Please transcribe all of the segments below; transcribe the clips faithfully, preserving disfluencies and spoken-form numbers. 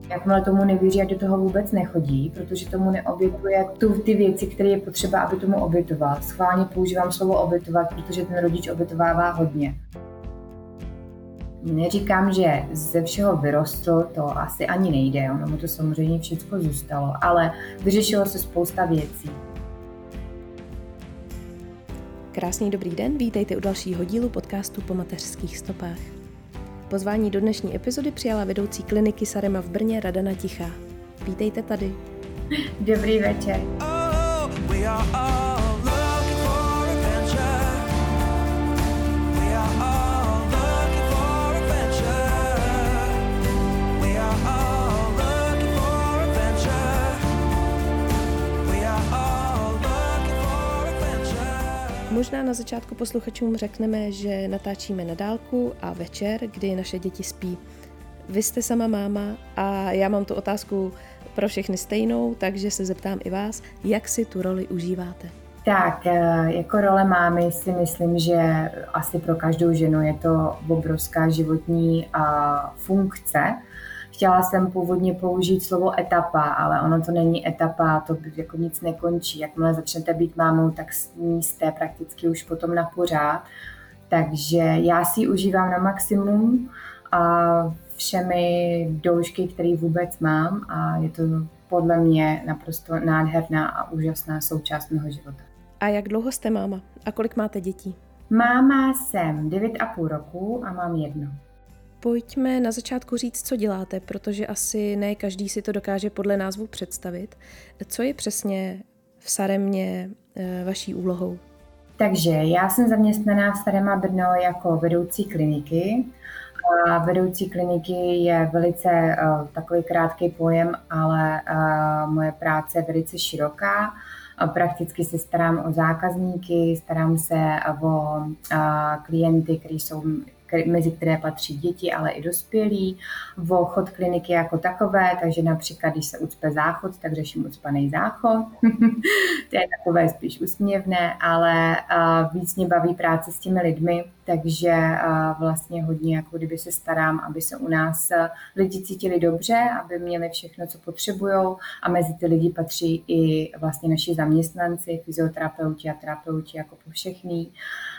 Jakmile tomu nevěří a do toho vůbec nechodí, protože tomu neobětuje tu, ty věci, které je potřeba, aby tomu obětoval. Schválně používám slovo obětovat, protože ten rodič obětovává hodně. Neříkám, že ze všeho vyrostl, to asi ani nejde, ono mu to samozřejmě všechno zůstalo, ale vyřešilo se spousta věcí. Krásný dobrý den, vítejte u dalšího dílu podcastu Po mateřských stopách. Pozvání do dnešní epizody přijala vedoucí kliniky Sarema v Brně Radana Tichá. Vítejte tady. Dobrý večer. Oh, we are all... Možná na začátku posluchačům řekneme, že natáčíme na dálku a večer, kdy naše děti spí. Vy jste sama máma a já mám tu otázku pro všechny stejnou, takže se zeptám i vás, jak si tu roli užíváte? Tak, jako role mámy si myslím, že asi pro každou ženu je to obrovská životní funkce. Chtěla jsem původně použít slovo etapa, ale ono to není etapa, to jako nic nekončí. Jakmile začnete být mámou, tak jste prakticky už potom na pořád. Takže já si ji užívám na maximum a všemi doušky, které vůbec mám, a je to podle mě naprosto nádherná a úžasná součást mého života. A jak dlouho jste máma? A kolik máte dětí? Máma jsem devět a půl roku a mám jedno. Pojďme na začátku říct, co děláte, protože asi ne každý si to dokáže podle názvu představit. Co je přesně v Saremě vaší úlohou? Takže já jsem zaměstnaná v Sarema Brno jako vedoucí kliniky. A vedoucí kliniky je velice uh, takový krátký pojem, ale uh, moje práce je velice široká. Prakticky se starám o zákazníky, starám se o uh, klienty, kteří jsou mezi které patří děti, ale i dospělí, o chod kliniky jako takové, takže například, když se ucpe záchod, tak řeším ucpaný záchod. To je takové spíš úsměvné, ale uh, víc mě baví práce s těmi lidmi, takže uh, vlastně hodně jako kdyby se starám, aby se u nás uh, lidi cítili dobře, aby měli všechno, co potřebujou, a mezi ty lidi patří i vlastně naši zaměstnanci, fyzioterapeuti a terapeuti jako povšechný.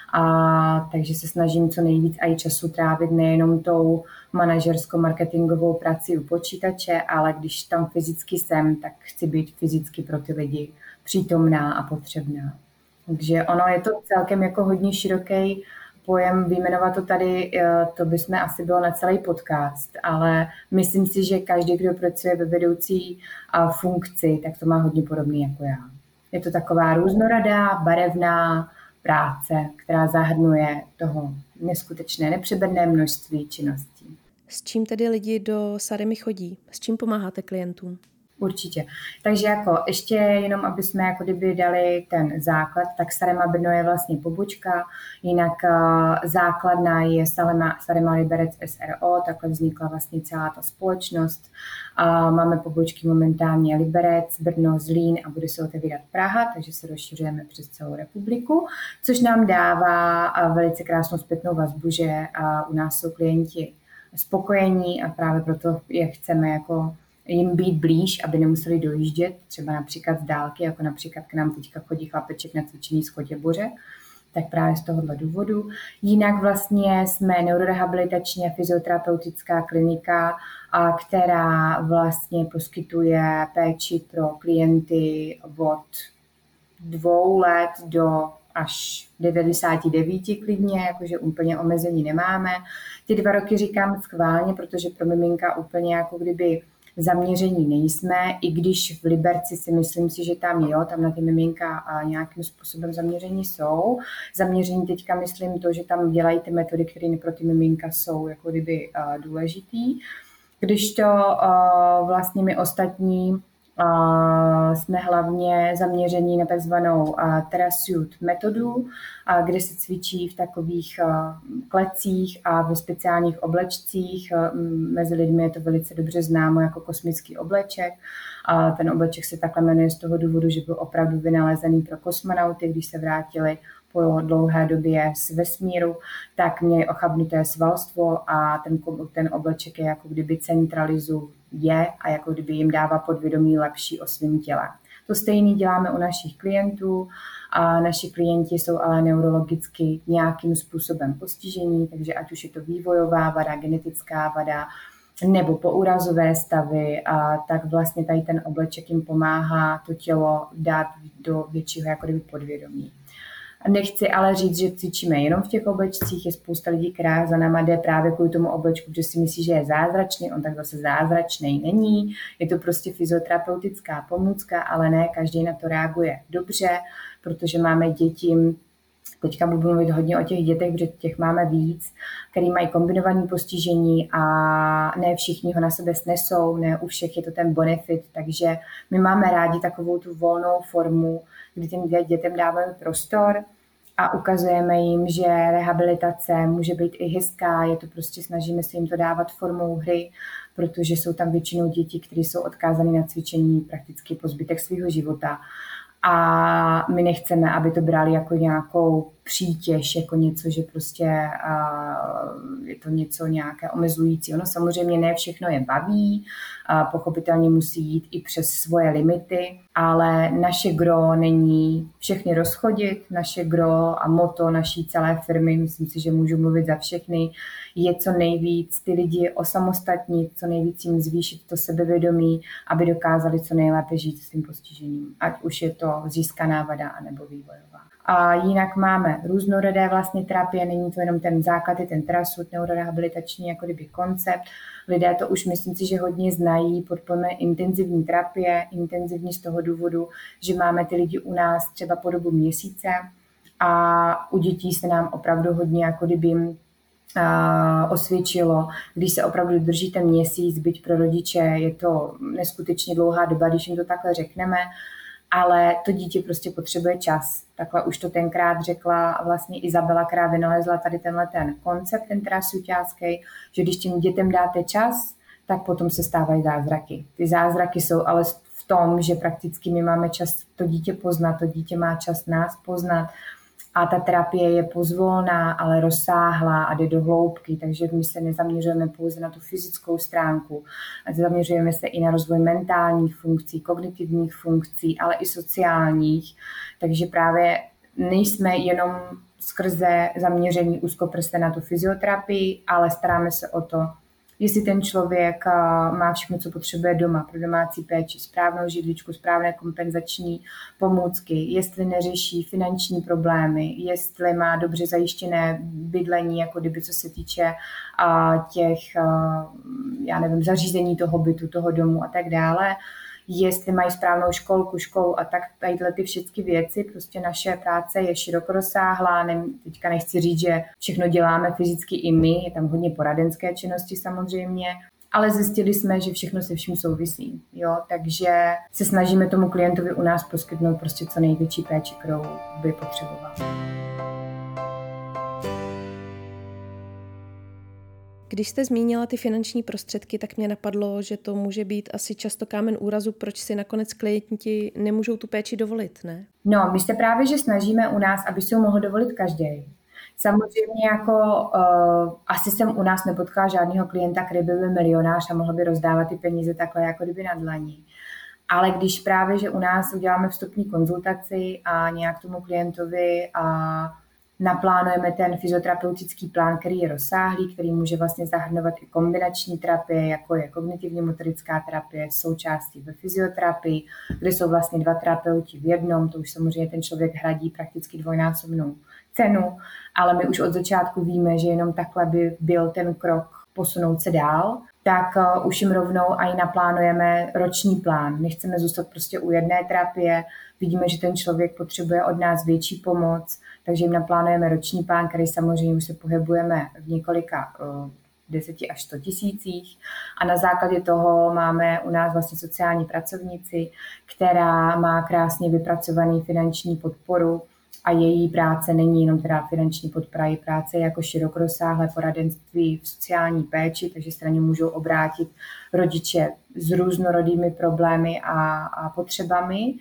A takže se snažím co nejvíc i času trávit nejenom tou manažersko-marketingovou prací u počítače, ale když tam fyzicky jsem, tak chci být fyzicky pro ty lidi přítomná a potřebná. Takže ono je to celkem jako hodně široký pojem, vyjmenovat to tady, to bychom asi bylo na celý podcast, ale myslím si, že každý, kdo pracuje ve vedoucí funkci, tak to má hodně podobný jako já. Je to taková různorodá, barevná práce, která zahrnuje toho neskutečné, nepřeberné množství činností. S čím tedy lidi do Saremy chodí? S čím pomáháte klientům? Určitě. Takže jako ještě jenom, aby jsme jako kdyby dali ten základ, tak Sarema Brno je vlastně pobočka, jinak základna je Sarema, Sarema Liberec S R O, takhle vznikla vlastně celá ta společnost. A máme pobočky momentálně Liberec, Brno, Zlín a bude se otevírat Praha, takže se rozšiřujeme přes celou republiku, což nám dává velice krásnou zpětnou vazbu, že u nás jsou klienti spokojení a právě proto je chceme jako jim být blíž, aby nemuseli dojíždět, třeba například z dálky, jako například k nám teďka chodí chlapeček na cvičení z Chotěboře, tak právě z tohohle důvodu. Jinak vlastně jsme neurorehabilitační a fyzioterapeutická klinika, a která vlastně poskytuje péči pro klienty od dvou let do až devadesát devět klidně, jakože úplně omezení nemáme. Ty dva roky říkám schválně, protože pro miminka úplně jako kdyby zaměření nejsme, i když v Liberci si myslím si, že tam jo, tam na ty miminka a nějakým způsobem zaměření jsou. Zaměření teďka myslím to, že tam dělají ty metody, které pro ty miminka jsou jako kdyby uh, důležitý. Když to uh, vlastně my ostatní Uh, jsme hlavně zaměření na takzvanou uh, TerraSuit metodu, uh, kde se cvičí v takových uh, klecích a ve speciálních oblečcích. Uh, mezi lidmi je to velice dobře známo jako kosmický obleček. Uh, ten obleček se takhle jmenuje z toho důvodu, že byl opravdu vynalezený pro kosmonauty, když se vrátili po dlouhé době z vesmíru, tak měli ochabnuté svalstvo a ten, ten obleček je jako kdyby centralizuje a jako kdyby jim dává podvědomí lepší o svém těle. To stejné děláme u našich klientů a naši klienti jsou ale neurologicky nějakým způsobem postižení, takže ať už je to vývojová vada, genetická vada nebo poúrazové stavy, a tak vlastně tady ten obleček jim pomáhá to tělo dát do většího jako kdyby podvědomí. Nechci ale říct, že cvičíme jenom v těch oblečcích, je spousta lidí, která za náma jde právě kvůli tomu oblečku, že si myslí, že je zázračný, on tak zase zázračný není, je to prostě fyzioterapeutická pomůcka, ale ne každý na to reaguje dobře, protože máme děti, teďka budu mluvit hodně o těch dětech, protože těch máme víc, který mají kombinované postižení a ne všichni ho na sebe snesou, ne u všech je to ten benefit, takže my máme rádi takovou tu volnou formu, kdy těm dětem dáváme prostor a ukazujeme jim, že rehabilitace může být i hezká, je to prostě, snažíme se jim to dávat formou hry, protože jsou tam většinou děti, které jsou odkázané na cvičení prakticky po zbytek svého života. A my nechceme, aby to brali jako nějakou přítěž, jako něco, že prostě uh, je to něco nějaké omezující. Ono samozřejmě ne všechno je baví, uh, pochopitelně musí jít i přes svoje limity, ale naše gro není všechny rozchodit, naše gro a motto naší celé firmy, myslím si, že můžu mluvit za všechny, je co nejvíc ty lidi osamostatnit, co nejvíc jim zvýšit to sebevědomí, aby dokázali co nejlépe žít s tím postižením, ať už je to získaná vada anebo vývojová. A jinak máme různorodé vlastně terapie, není to jenom ten základ, je ten terasut, neurorehabilitační jako kdyby koncept. Lidé to už myslím si, že hodně znají pod pojmem intenzivní terapie, intenzivní z toho důvodu, že máme ty lidi u nás třeba po dobu měsíce a u dětí se nám opravdu hodně jako kdyby osvědčilo, když se opravdu drží ten měsíc, byť pro rodiče je to neskutečně dlouhá doba, když jim to takhle řekneme, ale to dítě prostě potřebuje čas. Takhle už to tenkrát řekla vlastně Izabela, která vynalezla tady tenhle ten koncept, ten terasuťácký, že když těm dětem dáte čas, tak potom se stávají zázraky. Ty zázraky jsou ale v tom, že prakticky my máme čas to dítě poznat, to dítě má čas nás poznat, a ta terapie je pozvolná, ale rozsáhlá a jde do hloubky, takže my se nezaměřujeme pouze na tu fyzickou stránku, zaměřujeme se i na rozvoj mentálních funkcí, kognitivních funkcí, ale i sociálních, takže právě nejsme jenom skrze zaměření úzkoprste na tu fyzioterapii, ale staráme se o to, jestli ten člověk má všechno, co potřebuje doma pro domácí péči, správnou židličku, správné kompenzační pomůcky, jestli neřeší finanční problémy, jestli má dobře zajištěné bydlení, jako kdyby co se týče těch, já nevím, zařízení toho bytu, toho domu a tak dále, jestli mají správnou školku, školu a tak tadyhle ty všechny věci. Prostě naše práce je široko rozsáhlá, ne, teďka nechci říct, že všechno děláme fyzicky i my, je tam hodně poradenské činnosti samozřejmě, ale zjistili jsme, že všechno se vším souvisí, jo, takže se snažíme tomu klientovi u nás poskytnout prostě co největší péči, kterou by potřeboval. Když jste zmínila ty finanční prostředky, tak mě napadlo, že to může být asi často kámen úrazu, proč si nakonec klienti nemůžou tu péči dovolit, ne? No, my se právě, že snažíme u nás, aby si ho mohl dovolit každý. Samozřejmě jako uh, asi jsem u nás nepotkala žádného klienta, který by byl milionář a mohl by rozdávat ty peníze takhle jako kdyby na dlaní. Ale když právě, že u nás uděláme vstupní konzultaci a nějak tomu klientovi a naplánujeme ten fyzioterapeutický plán, který je rozsáhlý, který může vlastně zahrnovat i kombinační terapie, jako je kognitivně motorická terapie, součástí ve fyzioterapii, kde jsou vlastně dva terapeuti v jednom, to už samozřejmě ten člověk hradí prakticky dvojnásobnou cenu, ale my už od začátku víme, že jenom takhle by byl ten krok posunout se dál, tak uh, už jim rovnou i naplánujeme roční plán. Nechceme zůstat prostě u jedné terapie, vidíme, že ten člověk potřebuje od nás větší pomoc, takže jim naplánujeme roční plán, který samozřejmě už se pohybujeme v několika uh, deseti až sto tisících a na základě toho máme u nás vlastně sociální pracovnici, která má krásně vypracovaný finanční podporu a její práce není jenom teda finanční podpora, její práce je jako široko rozsáhlé poradenství v sociální péči, takže se na ně můžou obrátit rodiče s různorodými problémy a, a potřebami.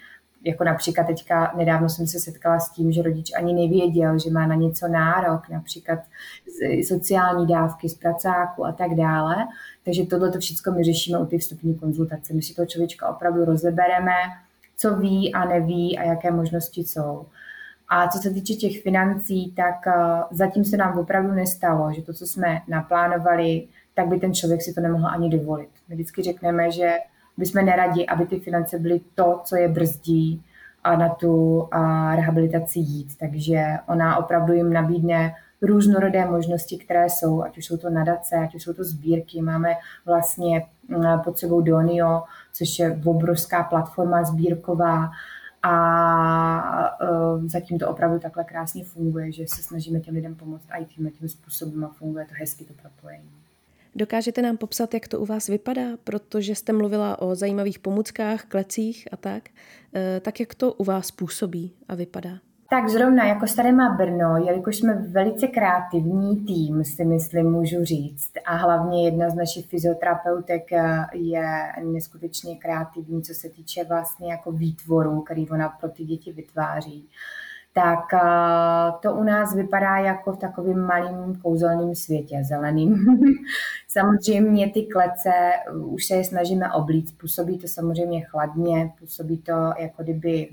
jako například teďka nedávno jsem se setkala s tím, že rodič ani nevěděl, že má na něco nárok, například sociální dávky z pracáku a tak dále. Takže tohle to všechno my řešíme u ty vstupní konzultace. My si toho člověčka opravdu rozebereme, co ví a neví a jaké možnosti jsou. A co se týče těch financí, tak zatím se nám opravdu nestalo, že to, co jsme naplánovali, tak by ten člověk si to nemohl ani dovolit. My vždycky řekneme, že bychom neradi, aby ty finance byly to, co je brzdí a na tu a rehabilitaci jít. Takže ona opravdu jim nabídne různorodé možnosti, které jsou, ať už jsou to nadace, ať už jsou to sbírky. Máme vlastně pod sebou Donio, což je obrovská platforma sbírková, a zatím to opravdu takhle krásně funguje, že se snažíme těm lidem pomoct i tím, tím způsobem a funguje to hezky, to propojení. Dokážete nám popsat, jak to u vás vypadá? Protože jste mluvila o zajímavých pomůckách, klecích a tak. Tak jak to u vás působí a vypadá? Tak zrovna jako Staré má Brno, jelikož jsme velice kreativní tým, si myslím, můžu říct. A hlavně jedna z našich fyzioterapeutek je neskutečně kreativní, co se týče vlastně jako výtvorů, který ona pro ty děti vytváří. Tak to u nás vypadá jako v takovém malým kouzelném světě, zeleným. Samozřejmě ty klece, už se je snažíme oblíct, působí to samozřejmě chladně, působí to jako kdyby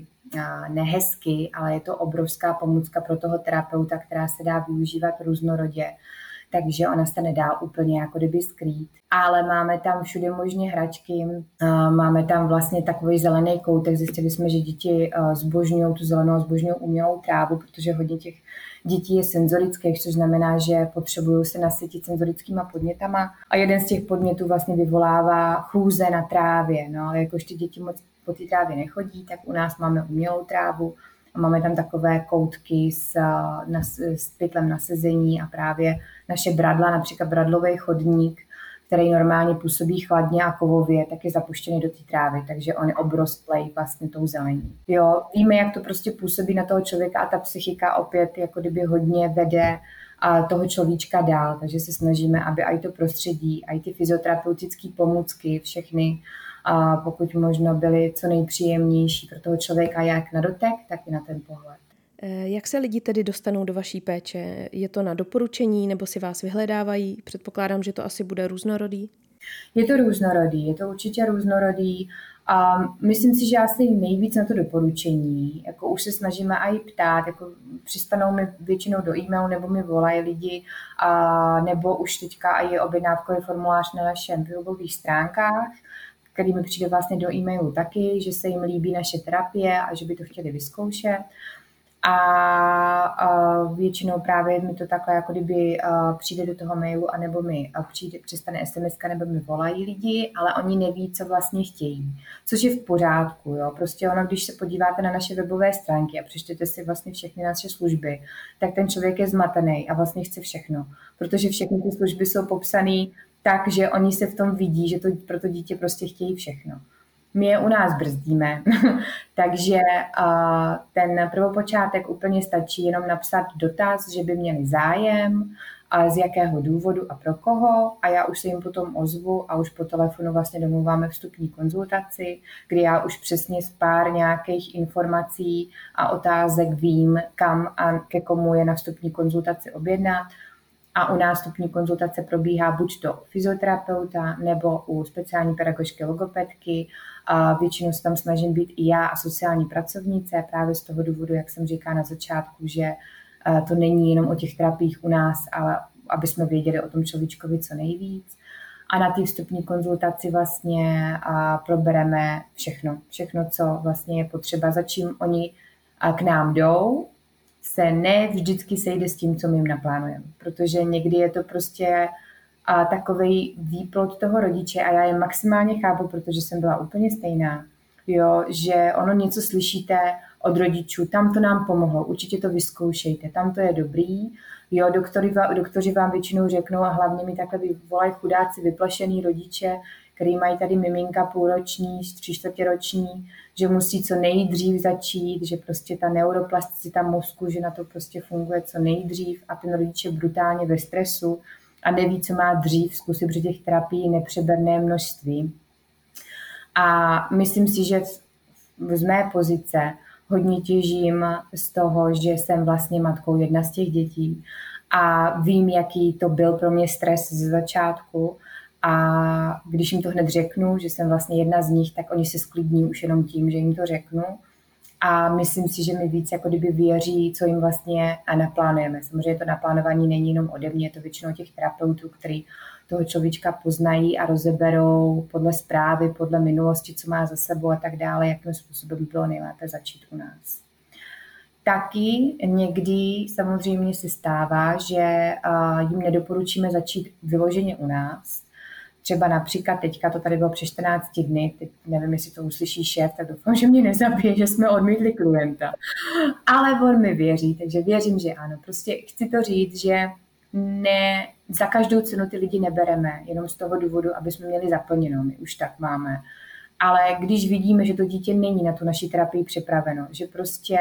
nehezky, ale je to obrovská pomůcka pro toho terapeuta, která se dá využívat různorodě. Takže ona se nedá úplně jako kdyby skrýt. Ale máme tam všude možně hračky, máme tam vlastně takový zelený koutek, zjistili jsme, že děti zbožňují tu zelenou, zbožňují umělou trávu, protože hodně těch dětí je senzorických, což znamená, že potřebují se nasytit senzorickýma podnětama a jeden z těch podnětů vlastně vyvolává chůze na trávě. No, ale jakož ty děti moc po té trávě nechodí, tak u nás máme umělou trávu a máme tam takové koutky s, na, s pytlem na sezení a právě naše bradla, například bradlový chodník, který normálně působí chladně a kovově, tak je zapuštěný do té trávy, takže on je obrostlej vlastně tou zelení. Jo, víme, jak to prostě působí na toho člověka a ta psychika opět jako kdyby hodně vede a toho človíčka dál, takže se snažíme, aby i to prostředí, i ty fyzioterapeutické pomůcky, všechny, a pokud možno byly co nejpříjemnější pro toho člověka jak na dotek, tak i na ten pohled. Jak se lidi tedy dostanou do vaší péče? Je to na doporučení nebo si vás vyhledávají? Předpokládám, že to asi bude různorodý. Je to různorodý, je to určitě různorodý. A myslím si, že asi nejvíc na to doporučení. Jako už se snažíme i ptát, jako přistanou mi většinou do e-mailu nebo mi volají lidi, a nebo už teďka i je objednávkový formulář na našem webových stránkách, který mi přijde vlastně do e-mailu taky, že se jim líbí naše terapie a že by to chtěli vyzkoušet. A, a většinou právě mi to takhle jako kdyby přijde do toho mailu, anebo mi přijde, přestane es em eska, nebo mi volají lidi, ale oni neví, co vlastně chtějí. Což je v pořádku, jo. Prostě ono, když se podíváte na naše webové stránky a přečtete si vlastně všechny naše služby, tak ten člověk je zmatený a vlastně chce všechno. Protože všechny ty služby jsou popsané tak, že oni se v tom vidí, že to pro to dítě prostě chtějí všechno. My je u nás brzdíme, takže uh, ten prvopočátek úplně stačí jenom napsat dotaz, že by měli zájem, a z jakého důvodu a pro koho, a já už se jim potom ozvu a už po telefonu vlastně domluváme vstupní konzultaci, kdy já už přesně z pár nějakých informací a otázek vím, kam a ke komu je na vstupní konzultaci objednat. A u nás vstupní konzultace probíhá buď to u fyzioterapeuta nebo u speciální pedagožky logopedky. A většinou se tam snažím být i já a sociální pracovnice, právě z toho důvodu, jak jsem říkala na začátku, že to není jenom o těch terapiích u nás, ale aby jsme věděli o tom človíčkovi co nejvíc. A na té vstupní konzultaci vlastně probereme všechno, všechno, co vlastně je potřeba, za čím oni k nám jdou, se ne vždycky sejde s tím, co my jim naplánujeme. Protože někdy je to prostě a takovej výplod toho rodiče a já je maximálně chápu, protože jsem byla úplně stejná, jo, že ono něco slyšíte od rodičů, tam to nám pomohlo, určitě to vyzkoušejte, tam to je dobrý, jo, doktory, doktoři vám většinou řeknou a hlavně mi takhle volají chudáci vyplašený rodiče, který mají tady miminka půlroční, třičtvrtěroční, že musí co nejdřív začít, že prostě ta neuroplasticita mozku, že na to prostě funguje co nejdřív a ten rodič je brutálně ve stresu a neví, co má dřív, zkusit, protože těch terapií nepřeberné množství. A myslím si, že z mé pozice hodně těžím z toho, že jsem vlastně matkou jedna z těch dětí a vím, jaký to byl pro mě stres ze začátku. A když jim to hned řeknu, že jsem vlastně jedna z nich, tak oni se sklidní už jenom tím, že jim to řeknu. A myslím si, že mi víc jako kdyby věří, co jim vlastně naplánujeme. Samozřejmě to naplánování není jenom ode mě, je to většinou těch terapeutů, který toho človíčka poznají a rozeberou podle zprávy, podle minulosti, co má za sebou a tak dále, jakým způsobem by bylo nejlépe začít u nás. Taky někdy samozřejmě se stává, že jim nedoporučíme začít vyloženě u nás. Třeba například teďka, to tady bylo přes čtrnáct dny, teď nevím, jestli to uslyší šéf, tak doufám, že mě nezabije, že jsme odmítli klienta. Ale on mi věří, takže věřím, že ano. Prostě chci to říct, že ne, za každou cenu ty lidi nebereme, jenom z toho důvodu, aby jsme měli zaplněno, my už tak máme. Ale když vidíme, že to dítě není na tu naši terapii připraveno, že prostě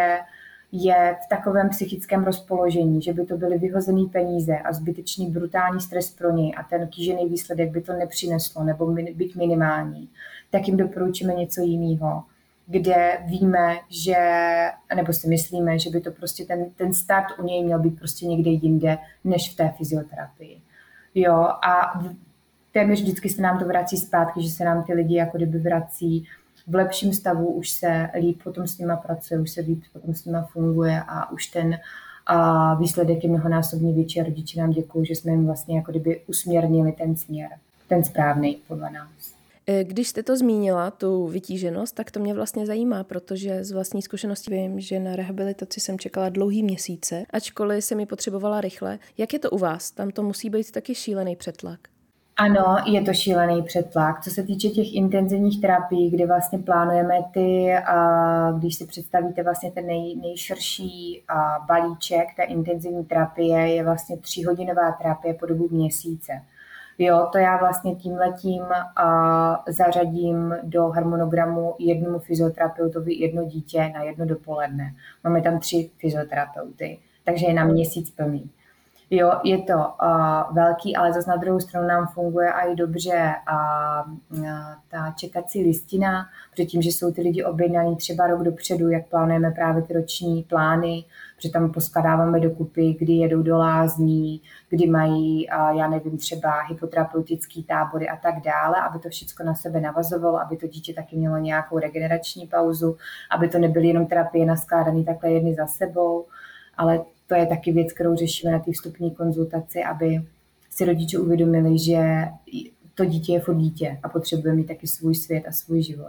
je v takovém psychickém rozpoložení, že by to byly vyhozený peníze a zbytečný brutální stres pro něj a ten kýžený výsledek by to nepřineslo nebo být minimální, tak jim doporučíme něco jiného, kde víme, že, nebo si myslíme, že by to prostě ten, ten start u něj měl být prostě někde jinde, než v té fyzioterapii. Jo, a téměř vždycky se nám to vrací zpátky, že se nám ty lidi jako kdyby vrací v lepším stavu, už se líp potom s nima pracuje, už se líp potom s nima funguje a už ten a výsledek je mnohonásobně větší a rodiče nám děkují, že jsme jim vlastně jako kdyby usměrnili ten směr, ten správný podle nás. Když jste to zmínila, tu vytíženost, tak to mě vlastně zajímá, protože z vlastní zkušenosti vím, že na rehabilitaci jsem čekala dlouhý měsíce, ačkoliv jsem ji potřebovala rychle. Jak je to u vás? Tam to musí být taky šílený přetlak. Ano, je to šílený přetlak. Co se týče těch intenzivních terapií, kdy vlastně plánujeme ty, a když si představíte vlastně ten nej, nejširší a balíček té intenzivní terapie, je vlastně tříhodinová terapie po dobu měsíce. Jo, to já vlastně tímhletím a zařadím do harmonogramu jednomu fyzioterapeutovi jedno dítě na jedno dopoledne. Máme tam tři fyzioterapeuty, takže je na měsíc plný. Jo, je to uh, velký, ale zase na druhou stranu nám funguje i dobře uh, uh, ta čekací listina, protože tím, že jsou ty lidi objednaní třeba rok dopředu, jak plánujeme právě ty roční plány, protože tam poskladáváme dokupy, kdy jedou do lázní, kdy mají, uh, já nevím, třeba hypoterapeutický tábory a tak dále, aby to všechno na sebe navazovalo, aby to dítě taky mělo nějakou regenerační pauzu, aby to nebyly jenom terapie naskládané takhle jedny za sebou, ale to je taky věc, kterou řešíme na té vstupní konzultaci, aby si rodiče uvědomili, že to dítě je furt dítě a potřebuje mít taky svůj svět a svůj život.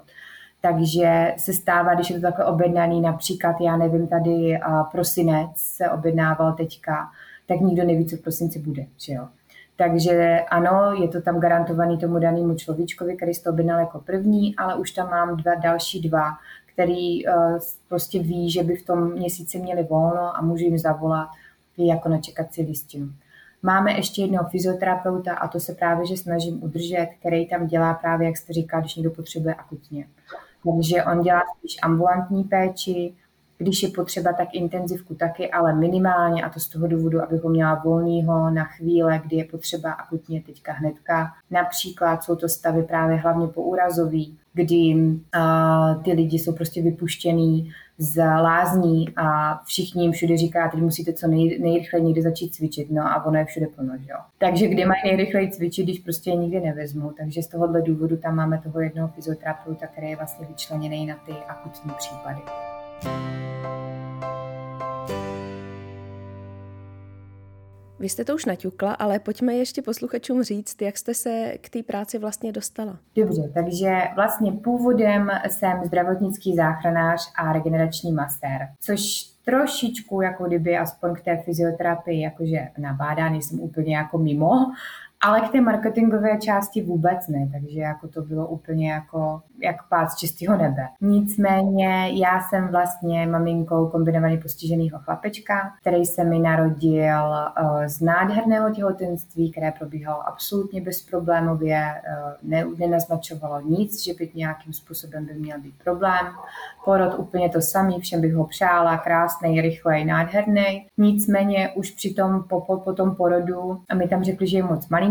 Takže se stává, když je to takhle objednaný, například, já nevím, tady prosinec se objednával teďka, tak nikdo neví, co v prosinci bude, že jo. Takže ano, je to tam garantovaný tomu danému človíčkovi, který to objednal jako první, ale už tam mám dva další dva, který uh, prostě ví, že by v tom měsíci měli volno a můžu jim zavolat jako na čekací listinu. Máme ještě jednoho fyzioterapeuta a to se právě že snažím udržet, který tam dělá právě, jak jste říkal, když někdo potřebuje akutně. Takže on dělá spíš ambulantní péči, když je potřeba, tak intenzivku taky, ale minimálně, a to z toho důvodu, abych ho měla volnýho na chvíle, kdy je potřeba akutně teďka hnedka. Například jsou to stavy právě hlavně poúrazový, kdy uh, ty lidi jsou prostě vypuštěný z lázní a všichni jim všude říká, teď musíte co nej, nejrychleji někde začít cvičit, no a ono je všude plno, že jo. Takže kde mají nejrychleji cvičit, když prostě je nikdy nevezmu. Takže z tohohle důvodu tam máme toho jednoho fyzioterapeuta, který je vlastně vyčleněný na ty akutní případy. Vy jste to už naťukla, ale pojďme ještě posluchačům říct, jak jste se k té práci vlastně dostala. Dobře, takže vlastně původem jsem zdravotnický záchranář a regenerační masér, což trošičku jako kdyby aspoň k té fyzioterapii jakože nabádá, nejsem úplně jako mimo, ale k té marketingové části vůbec ne, takže jako to bylo úplně jako jak pád z čistého nebe. Nicméně já jsem vlastně maminkou kombinovaně postiženého chlapečka, který se mi narodil uh, z nádherného těhotenství, které probíhalo absolutně bezproblémově, uh, ne, nenaznačovalo nic, že by nějakým způsobem by měl být problém. Porod úplně to samý, všem bych ho přála, krásnej, rychlej, nádherný. Nicméně už při tom po, po, po tom porodu a mi tam řekli, že je moc malý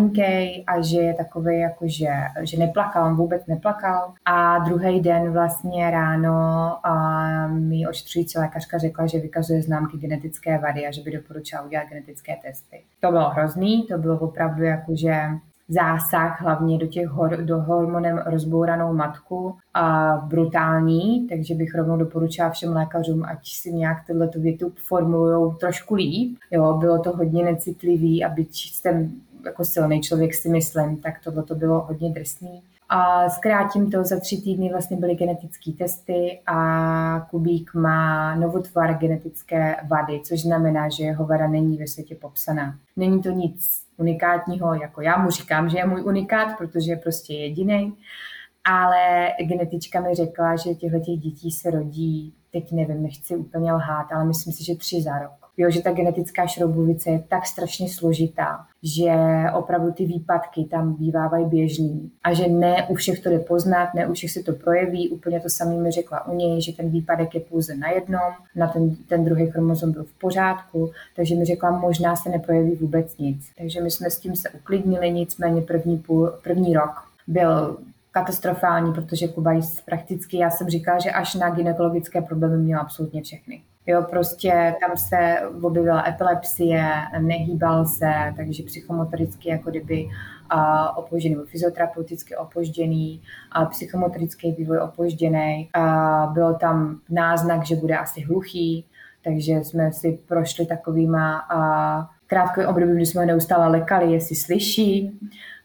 malinký a že je takový jako, že, že neplakal, on vůbec neplakal. A druhý den vlastně ráno a mi ošetřující lékařka řekla, že vykazuje známky genetické vady a že by doporučila udělat genetické testy. To bylo hrozný, to bylo opravdu jakože zásah hlavně do těch hor, do hormonem rozbouranou matku a brutální, takže bych rovnou doporučila všem lékařům, ať si nějak tyhletu větu formulujou trošku líp. Jo, bylo to hodně necitlivý a byť jsem jako silný člověk si myslím, tak tohle to bylo hodně drsný. A zkrátím to, za tři týdny vlastně byly genetické testy a Kubík má novotvar genetické vady, což znamená, že jeho vada není ve světě popsaná. Není to nic unikátního, jako já mu říkám, že je můj unikát, protože je prostě jediný, ale genetička mi řekla, že těchto dětí se rodí, teď nevím, nechci úplně lhát, ale myslím si, že tři za rok. Jo, že ta genetická šroubovice je tak strašně složitá, že opravdu ty výpadky tam bývávají běžný a že ne u všech to jde poznat, ne u všech se to projeví. Úplně to samé mi řekla u něj, že ten výpadek je pouze na jednom, na ten, ten druhý chromozom byl v pořádku, takže mi řekla, možná se neprojeví vůbec nic. Takže my jsme s tím se uklidnili, nicméně první, půl, první rok byl katastrofální, protože Kuba prakticky, já jsem říkala, že až na gynekologické problémy měl absolutně všechny. Jo, prostě tam se objevila epilepsie, nehýbal se, takže psychomotoricky jako kdyby uh, opožděný, nebo fyzioterapeuticky opožděný, a psychomotorický vývoj opožděný. Uh, bylo tam náznak, že bude asi hluchý, takže jsme si prošli takovýma uh, krátkovým obdobím, kdy jsme neustále lekali, jestli slyší.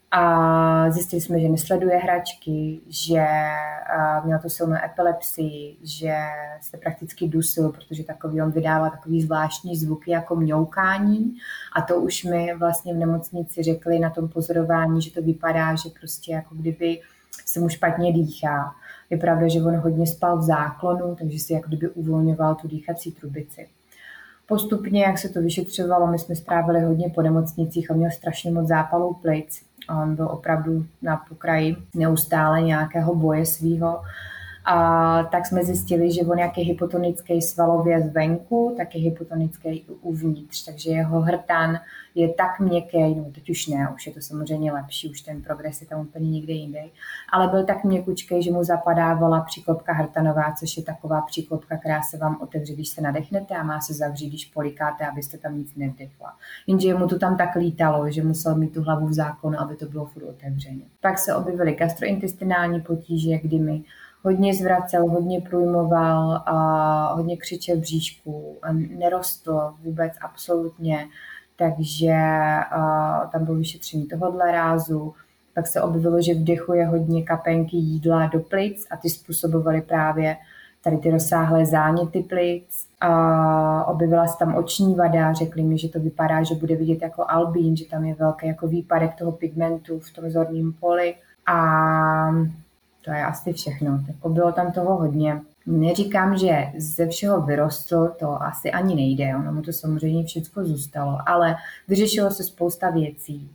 A zjistili jsme, že nesleduje hračky, že měl tu silnou epilepsii, že se prakticky dusil, protože takový on vydává takový zvláštní zvuky jako mňoukání. A to už mi vlastně v nemocnici řekli na tom pozorování, že to vypadá, že prostě jako kdyby se mu špatně dýchá. Je pravda, že on hodně spal v záklonu, takže si jako kdyby uvolňoval tu dýchací trubici. Postupně, jak se to vyšetřovalo, my jsme strávili hodně po nemocnicích a měl strašně moc zápalů plic. On byl opravdu na pokraji neustále nějakého boje svýho. A tak jsme zjistili, že on jak je hypotonický svalově zvenku, tak je hypotonický uvnitř. Takže jeho hrtan je tak měkký, no teď už ne, už je to samozřejmě lepší, už ten progres je tam úplně někde jinde, ale byl tak měkučký, že mu zapadávala příklopka hrtanová, což je taková příklopka, která se vám otevře, když se nadechnete a má se zavřít, když polikáte, abyste tam nic nevdechla. Jenže mu to tam tak lítalo, že musel mít tu hlavu v zákonu, aby to bylo furt otevřeně. Pak se objevily gastrointestinální potíže, kdy mi hodně zvracel, hodně průjmoval, a hodně křičel v bříšku, nerostl vůbec absolutně, takže a, tam bylo vyšetření tohohle rázu. Pak se objevilo, že vdechuje hodně kapenky jídla do plic a ty způsobovaly právě tady ty rozsáhlé záněty plic. A objevila se tam oční vada, řekli mi, že to vypadá, že bude vidět jako albín, že tam je velký jako výpadek toho pigmentu v tom zorném poli. A to je asi všechno. Tak bylo tam toho hodně. Neříkám, že ze všeho vyrostl, to asi ani nejde. Ono mu to samozřejmě všechno zůstalo, ale vyřešilo se spousta věcí.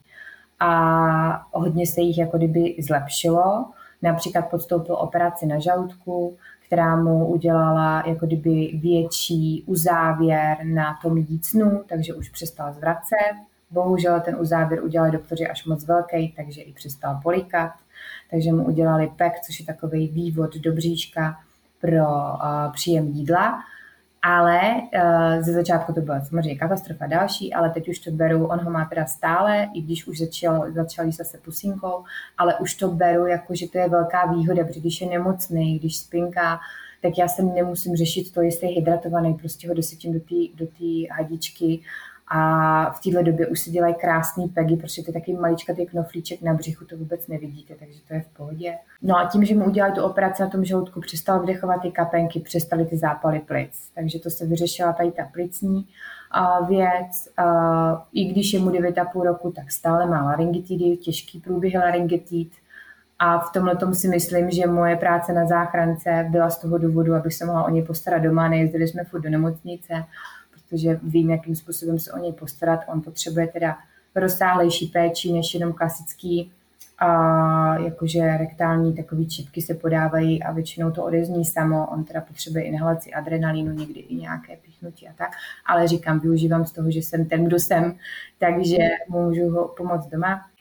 A hodně se jich jako kdyby zlepšilo. Například podstoupil operaci na žaludku, která mu udělala jako kdyby větší uzávěr na tom jícnu, takže už přestal zvracet. Bohužel ten uzávěr udělali doktoři až moc velký, takže i přestal polikat. Takže mu udělali P E C, což je takový vývod do bříška pro uh, příjem jídla. Ale uh, ze začátku to byla samozřejmě katastrofa další, ale teď už to beru, on ho má teda stále, i když už začal, začal jíst se pusínkou, ale už to beru jako, že to je velká výhoda, protože když je nemocný, když spinká, tak já se nemusím řešit to, jestli je hydratovaný, prostě ho dosytím do té do té hadičky. A v této době už si dělají krásný pegy, protože to je taky maličkatý knoflíček na břichu, to vůbec nevidíte, takže to je v pohodě. No a tím, že mu udělali tu operaci na tom žaludku, přestal vdechovat ty kapenky, přestaly ty zápaly plic. Takže to se vyřešila tady ta plicní věc. I když je mu devět a půl roku, tak stále má laryngitidy, těžký průběh laryngitid. A v tomhle tom si myslím, že moje práce na záchrance byla z toho důvodu, abych se mohla o něj postarat doma, nejezdili jsme furt do nemocnice, protože vím, jakým způsobem se o něj postarat. On potřebuje teda rozsáhlejší péči než jenom klasický, a jakože rektální takový čipky se podávají a většinou to odezní samo. On teda potřebuje inhalaci adrenalínu, někdy i nějaké pichnutí a tak. Ale říkám, využívám z toho, že jsem ten, kdo jsem, takže můžu ho pomoct doma.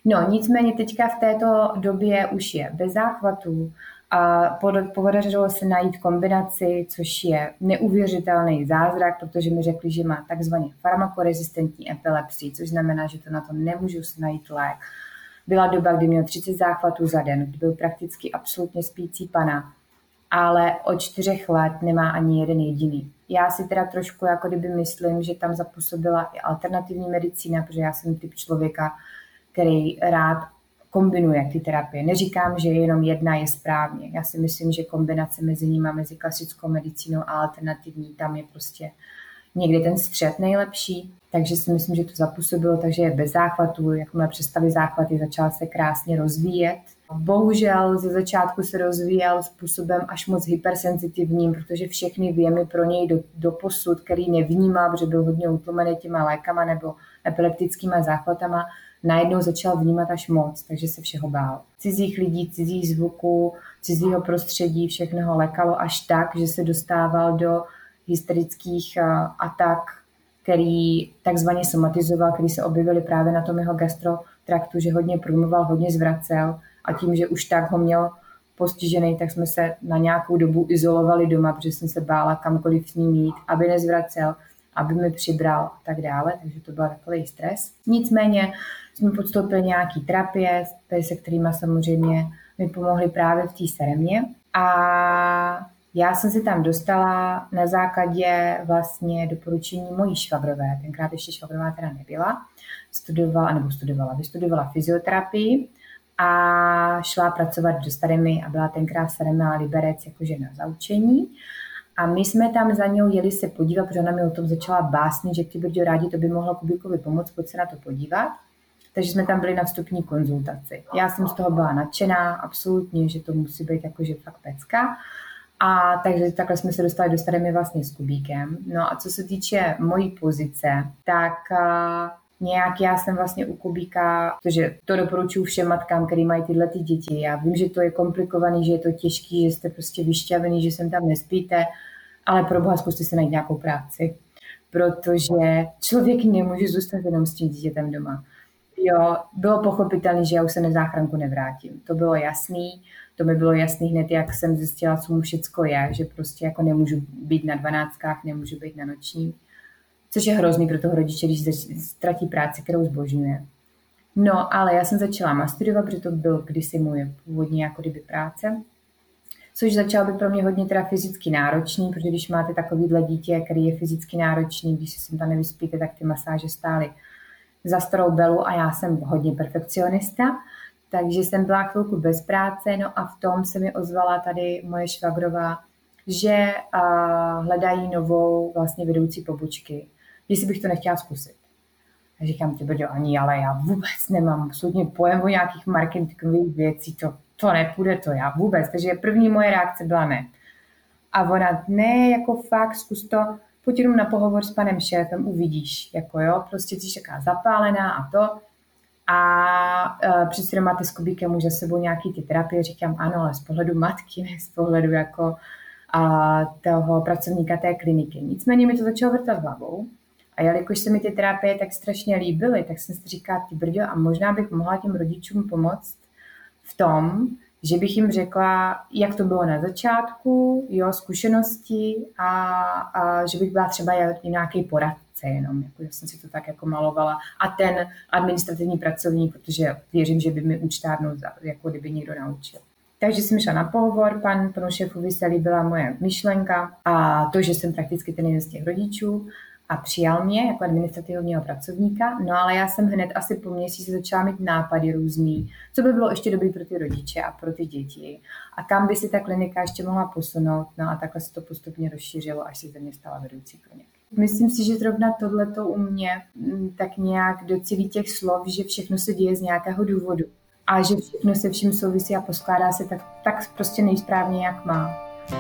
No, nicméně teďka v této době už je bez záchvatů a podařilo se najít kombinaci, což je neuvěřitelný zázrak, protože mi řekli, že má takzvaně farmakorezistentní epilepsii, což znamená, že to na to nemůžu si najít lék. Byla doba, kdy měl třicet záchvatů za den, kdy byl prakticky absolutně spící pana, ale od čtyřech let nemá ani jeden jediný. Já si teda trošku jako kdyby myslím, že tam zapůsobila i alternativní medicína, protože já jsem typ člověka, který rád kombinuje ty terapie. Neříkám, že jenom jedna je správně. Já si myslím, že kombinace mezi nimi, mezi klasickou medicínou a alternativní, tam je prostě někdy ten střed nejlepší. Takže si myslím, že to zapůsobilo, takže je bez záchvatů. Jakmile přestali záchvaty, začal se krásně rozvíjet. Bohužel ze začátku se rozvíjel způsobem až moc hypersenzitivním, protože všechny věmy pro něj do, do posud, který nevnímal, protože byl hodně utlumený těma lékama nebo epileptickýma záchvatama, najednou začal vnímat až moc, takže se všeho bál. Cizích lidí, cizích zvuků, cizího prostředí, všechno ho lekalo až tak, že se dostával do hysterických atak, který takzvaně somatizoval, který se objevily právě na tom jeho gastrotraktu, že hodně průmoval, hodně zvracel a tím, že už tak ho měl postižený, tak jsme se na nějakou dobu izolovali doma, protože jsem se bála kamkoliv s ním jít, aby nezvracel, aby mi přibral a tak dále, takže to byl takový stres. Nicméně jsme podstoupili nějaký terapie, se kterými samozřejmě mi pomohly právě v té Seremě a já jsem se tam dostala na základě vlastně doporučení mojí švagrové. Tenkrát ještě švagrová teda nebyla. Studovala, nebo studovala, vystudovala fyzioterapii a šla pracovat do Saremy a byla tenkrát Sarema Liberec jakože na zaučení. A my jsme tam za něj jeli se podívat, protože ona mi o tom začala básnit, že ty brďo rádi, to by mohlo Kubíkovi pomoct, pojď se na to podívat. Takže jsme tam byli na vstupní konzultaci. Já jsem z toho byla nadšená, absolutně, že to musí být jakože fakt pecka. A takže takhle jsme se dostali do Saremy vlastně s Kubíkem. No a co se týče mojí pozice, tak uh, nějak já jsem vlastně u Kubíka, protože to doporučuji všem matkám, který mají tyhle ty děti. Já vím, že to je komplikovaný, že je to těžký, že jste prostě vyšťavený, že sem tam nespíte, ale pro boha zkuste si najít nějakou práci, protože člověk nemůže zůstat jenom s tím dítětem doma. Jo, bylo pochopitelné, že já už se na záchranku nevrátím. To bylo jasný. To mi bylo jasný hned, jak jsem zjistila, co mu všecko je, že prostě jako nemůžu být na dvanáctkách, nemůžu být na noční, což je hrozný pro toho rodiče, když ztratí práci, kterou zbožňuje. No, ale já jsem začala masterovat, protože to byl kdysi moje původní jako kdyby práce, což začalo být pro mě hodně teda fyzicky náročný, protože když máte takovýhle dítě, který je fyzicky náročný, když si sem tam nevyspíte, tak ty masáže stály za starou belu a já jsem hodně perfekcionista, takže jsem byla chvilku bez práce, no a v tom se mi ozvala tady moje švagrová, že uh, hledají novou vlastně vedoucí pobočky, jestli bych to nechtěla zkusit. A říkám, ty brďo, ani, ale já vůbec nemám absolutně pojem o nějakých marketingových věcí, to, to nepůjde, to já vůbec. Takže první moje reakce byla ne. A ona, ne, jako fakt, zkus to, pojď jenom na pohovor s panem šéfem, uvidíš, jako jo, prostě jsi taká zapálená a to. A uh, přeci máte s Kubíkem už za sebou nějaký ty terapie, říkám ano, ale z pohledu matky, ne z pohledu jako uh, toho pracovníka té kliniky. Nicméně mi to začalo vrtat hlavou a jelikož se mi ty terapie tak strašně líbily, tak jsem si říkala, ty brďo, a možná bych mohla těm rodičům pomoct v tom, že bych jim řekla, jak to bylo na začátku, jo, zkušenosti a, a že bych byla třeba nějaký poradce jenom, jako jsem si to tak jako malovala. A ten administrativní pracovník, protože věřím, že by mi účtárnu jako kdyby někdo naučil. Takže jsem šla na pohovor, pan, panu šéfovi se líbila moje myšlenka a to, že jsem prakticky ten jeden z těch rodičů a přijal mě jako administrativního pracovníka, no ale já jsem hned asi po měsíci začala mít nápady různý, co by bylo ještě dobrý pro ty rodiče a pro ty děti a kam by si ta klinika ještě mohla posunout, no a takhle se to postupně rozšířilo, až se ze mě stala vedoucí kliniky. Myslím si, že zrovna tohleto u mě tak nějak docílí těch slov, že všechno se děje z nějakého důvodu a že všechno se vším souvisí a poskládá se tak, tak prostě nejsprávně, jak má.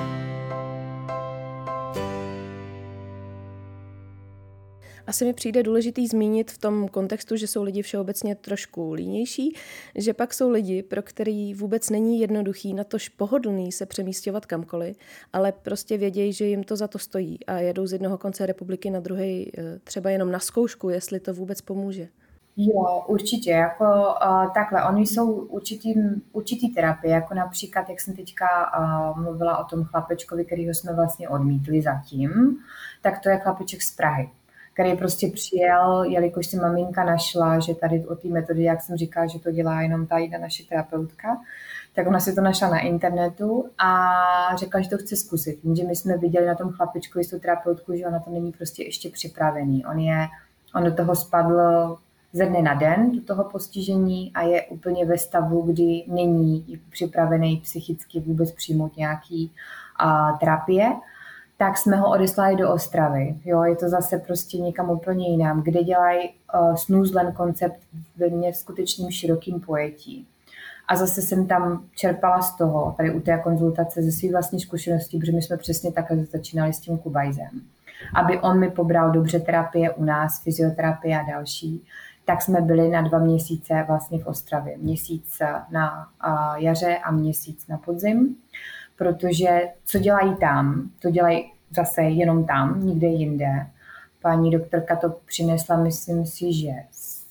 Asi mi přijde důležitý zmínit v tom kontextu, že jsou lidi všeobecně trošku línější, že pak jsou lidi, pro který vůbec není jednoduchý, natož pohodlný se přemísťovat kamkoliv, ale prostě vědějí, že jim to za to stojí a jedou z jednoho konce republiky na druhý třeba jenom na zkoušku, jestli to vůbec pomůže. Jo, určitě, jako uh, takhle, oni jsou určitý, určitý terapie, jako například, jak jsem teďka uh, mluvila o tom chlapečkovi, kterýho jsme vlastně odmítli zatím, tak to je chlapeček z Prahy, který prostě přijel, jelikož si maminka našla, že tady o té metody, jak jsem říkala, že to dělá jenom ta jedna naše terapeutka, tak ona si to našla na internetu a řekla, že to chce zkusit. Jenže my jsme viděli na tom chlapečkovi s tou terapeutkou, že ona to není prostě ještě připravený. On je, on do toho spadl ze dne na den, do toho postižení a je úplně ve stavu, kdy není připravený psychicky vůbec přijmout nějaký uh, terapie, tak jsme ho odeslali do Ostravy. Jo, je to zase prostě někam úplně jinam, kde dělají uh, snůzlen koncept ve neskutečným širokým pojetí. A zase jsem tam čerpala z toho, tady u té konzultace ze svých vlastních zkušeností, protože my jsme přesně takhle začínali s tím Kubajzem. Aby on mi pobral dobře terapie u nás, fyzioterapie a další, tak jsme byli na dva měsíce vlastně v Ostravě. Měsíc na jaře a měsíc na podzim, protože co dělají tam, to dělají zase jenom tam, nikde jinde. Paní doktorka to přinesla, myslím si, že z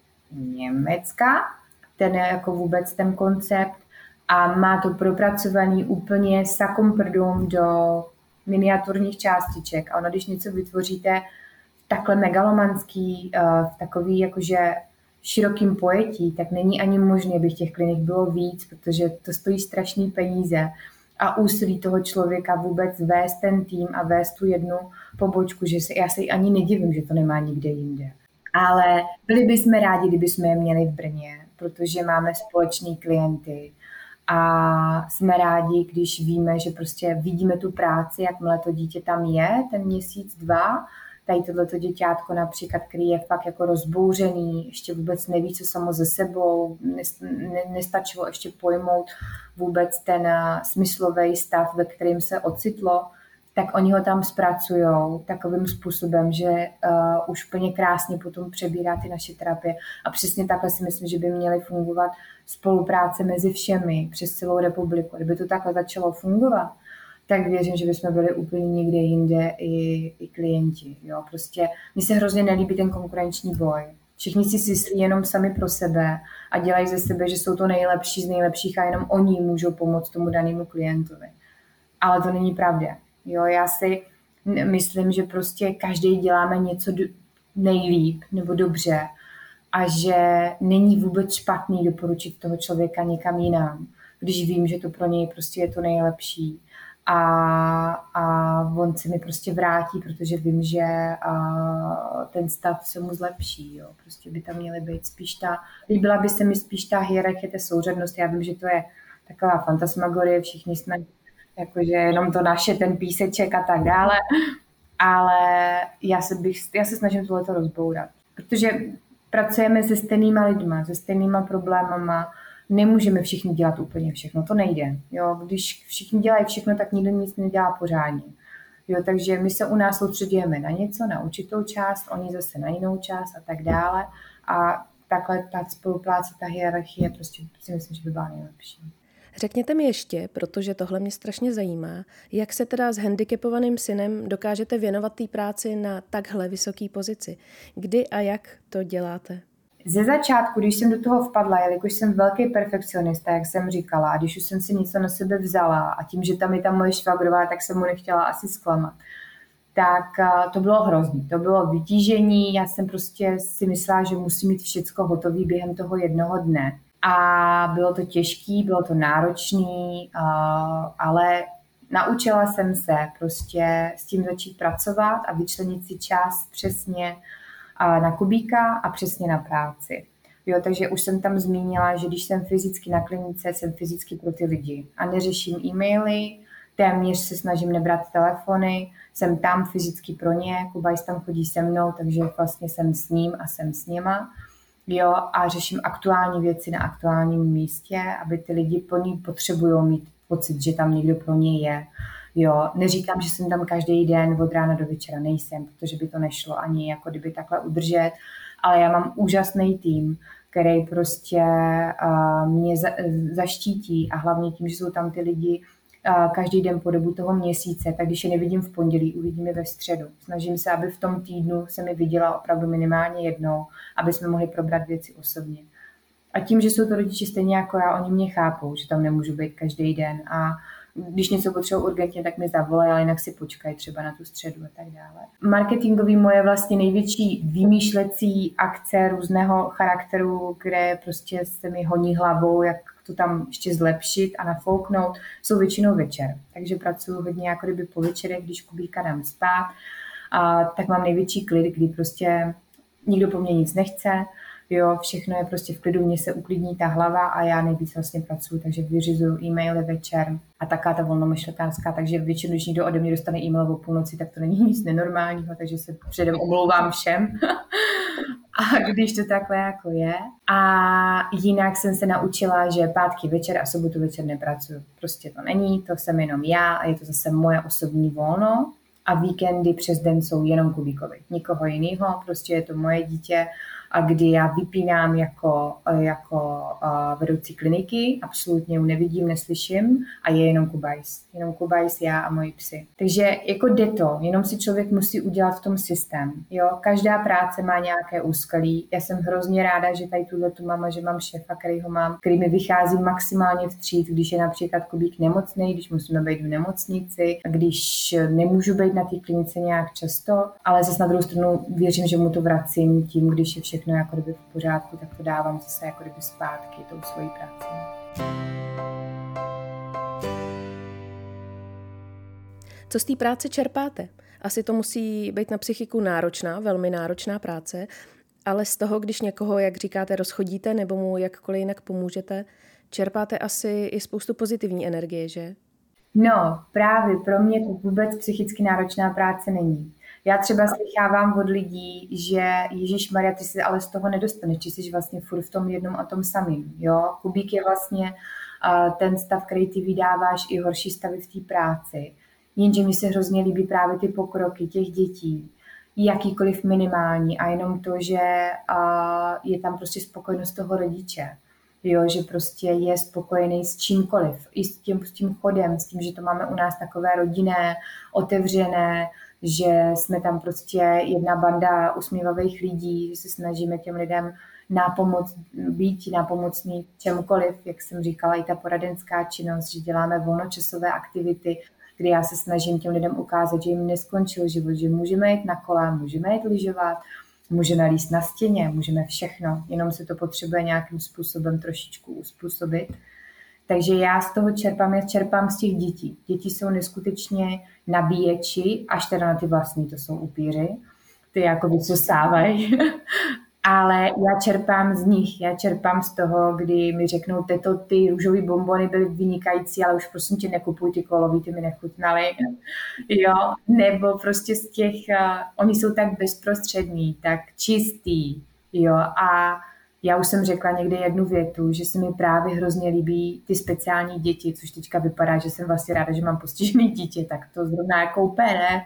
Německa, ten je jako vůbec ten koncept a má to propracovaný úplně sakom prdům do miniaturních částiček. A ono, když něco vytvoříte takhle megalomanský, v takový jakože širokým pojetí, tak není ani možné, aby těch klinik bylo víc, protože to stojí strašný peníze a úsilí toho člověka vůbec vést ten tým a vést tu jednu pobočku, že se, já se ani nedivím, že to nemá nikde jinde. Ale byli bychom rádi, kdyby jsme je měli v Brně, protože máme společný klienty a jsme rádi, když víme, že prostě vidíme tu práci, jakmile to dítě tam je, ten měsíc, dva, tady tohleto děťátko například, který je fakt jako rozbouřený, ještě vůbec neví, co samo ze sebou, nestačilo ještě pojmout vůbec ten smyslový stav, ve kterým se ocitlo, tak oni ho tam zpracujou takovým způsobem, že uh, už plně krásně potom přebírá ty naše terapie. A přesně takhle si myslím, že by měly fungovat spolupráce mezi všemi přes celou republiku. Kdyby to takhle začalo fungovat, tak věřím, že bychom byli úplně někde jinde i, i klienti. Jo? Prostě mně se hrozně nelíbí ten konkurenční boj. Všichni si myslí jenom sami pro sebe a dělají ze sebe, že jsou to nejlepší z nejlepších a jenom oni můžou pomoct tomu danému klientovi. Ale to není pravda. Jo, já si myslím, že prostě každý děláme něco nejlíp nebo dobře a že není vůbec špatný doporučit toho člověka někam jinam, když vím, že to pro něj prostě je to nejlepší a, a on se mi prostě vrátí, protože vím, že a, ten stav se mu zlepší. Jo. Prostě by tam měly být spíš ta, líbila by se mi spíš ta hierarchie, ta souřadnost. Já vím, že to je taková fantasmagorie, všichni jsme jakože jenom to naše, ten píseček a tak dále, ale já se, bych, já se snažím tohleto rozbourat, protože pracujeme se stejnýma lidma, se stejnýma problémama, nemůžeme všichni dělat úplně všechno, to nejde. Jo? Když všichni dělají všechno, tak nikdo nic nedělá pořádně. Jo? Takže my se u nás soustředujeme na něco, na určitou část, oni zase na jinou část a tak dále a takhle ta spolupráce, ta hierarchie, prostě si myslím, že by byla nejlepší. Řekněte mi ještě, protože tohle mě strašně zajímá, jak se teda s handicapovaným synem dokážete věnovat té práci na takhle vysoké pozici. Kdy a jak to děláte? Ze začátku, když jsem do toho vpadla, jelikož jsem velký perfekcionista, jak jsem říkala, a když už jsem si něco na sebe vzala a tím, že tam je ta moje švagrová, tak jsem mu nechtěla asi zklamat, tak to bylo hrozný. To bylo vytížení, já jsem prostě si myslela, že musím mít všecko hotové během toho jednoho dne. A bylo to těžký, bylo to náročný, ale naučila jsem se prostě s tím začít pracovat a vyčlenit si čas přesně na Kubíka a přesně na práci. Jo, takže už jsem tam zmínila, že když jsem fyzicky na klinice, jsem fyzicky pro ty lidi a neřeším e-maily, téměř se snažím nebrat telefony, jsem tam fyzicky pro ně, Kubajs tam chodí se mnou, takže vlastně jsem s ním a jsem s něma. Jo, a řeším aktuální věci na aktuálním místě, aby ty lidi plní potřebují mít pocit, že tam někdo pro ně je. Jo, neříkám, že jsem tam každý den od rána do večera, nejsem, protože by to nešlo ani jako kdyby takhle udržet, ale já mám úžasný tým, který prostě uh, mě za, zaštítí a hlavně tím, že jsou tam ty lidi, každý den po dobu toho měsíce, tak když je nevidím v pondělí, uvidím je ve středu. Snažím se, aby v tom týdnu se mi viděla opravdu minimálně jednou, aby jsme mohli probrat věci osobně. A tím, že jsou to rodiče stejně jako já, oni mě chápou, že tam nemůžu být každý den a když něco potřebuji urgentně, tak mi zavolají, ale jinak si počkají třeba na tu středu a tak dále. Marketingový moje vlastně největší vymýšlecí akce různého charakteru, kde prostě se mi honí hlavou, jak to tam ještě zlepšit a nafouknout, jsou většinou večer. Takže pracuji hodně jako kdyby po večerech, když Kubíka dám spát, a tak mám největší klid, kdy prostě nikdo po mně nic nechce, jo, všechno je prostě v klidu, mně se uklidní ta hlava a já nejvíc vlastně pracuji, takže vyřizuju e-maily večer a taká ta volnomyšlekářská, takže většinou, když někdo ode mě dostane e-mail o půlnoci, tak to není nic nenormálního, takže se předem omlouvám všem. A když to takhle jako je. A jinak jsem se naučila, že pátky večer a sobotu večer nepracuju. Prostě to není, to jsem jenom já a je to zase moje osobní volno. A víkendy přes den jsou jenom Kubíkovi. Nikoho jiného, prostě je to moje dítě, a kdy já vypínám jako, jako uh, vedoucí kliniky, absolutně ju nevidím, neslyším a je jenom Kubajs. Jenom Kubajs, já a moji psy. Takže jako jde to, jenom si člověk musí udělat v tom systém. Jo? Každá práce má nějaké úskalí. Já jsem hrozně ráda, že tady tuhle tu mám a že mám šéfa, který ho mám, který mi vychází maximálně vstříc, když je například Kubík nemocný, když musíme být v nemocnici, když nemůžu být na té klinice nějak často, ale zase na druhou stranu věřím, že mu to vracím tím, když je všechno jako kdyby v pořádku, tak to dávám zase jako kdyby zpátky tou svojí práci. Co z té práce čerpáte? Asi to musí být na psychiku náročná, velmi náročná práce, ale z toho, když někoho, jak říkáte, rozchodíte nebo mu jakkoliv jinak pomůžete, čerpáte asi i spoustu pozitivní energie, že? No, právě pro mě to vůbec psychicky náročná práce není. Já třeba slychávám od lidí, že Ježišmarja, ty si ale z toho nedostaneš, ty jsi vlastně furt v tom jednom a tom samým. Jo? Kubík je vlastně uh, ten stav, který ty vydáváš, i horší stavy v té práci. Jenže mi se hrozně líbí právě ty pokroky těch dětí, jakýkoliv minimální a jenom to, že uh, je tam prostě spokojenost toho rodiče. Jo, že prostě je spokojený s čímkoliv, i s tím, s tím chodem, s tím, že to máme u nás takové rodinné, otevřené, že jsme tam prostě jedna banda usmívavých lidí, že se snažíme těm lidem nápomoc, být nápomocný čemkoliv, jak jsem říkala, i ta poradenská činnost, že děláme volnočasové aktivity, kdy já se snažím těm lidem ukázat, že jim neskončil život, že můžeme jít na kola, můžeme jít lyžovat, můžeme líst na stěně, můžeme všechno, jenom se to potřebuje nějakým způsobem trošičku uspůsobit. Takže já z toho čerpám, já čerpám z těch dětí. Děti jsou neskutečně nabíječi, až teda na ty vlastní, to jsou upíři, ty jako vycusávají. Ale já čerpám z nich, já čerpám z toho, kdy mi řeknou, teto, ty růžový bonbony byly vynikající, ale už prosím tě nekupuj ty kolový, ty mi nechutnaly. Jo, nebo prostě z těch, uh, oni jsou tak bezprostřední, tak čistý, jo, a já už jsem řekla někde jednu větu, že se mi právě hrozně líbí ty speciální děti, což teďka vypadá, že jsem vlastně ráda, že mám postižený dítě, tak to zrovna jako úplně ne.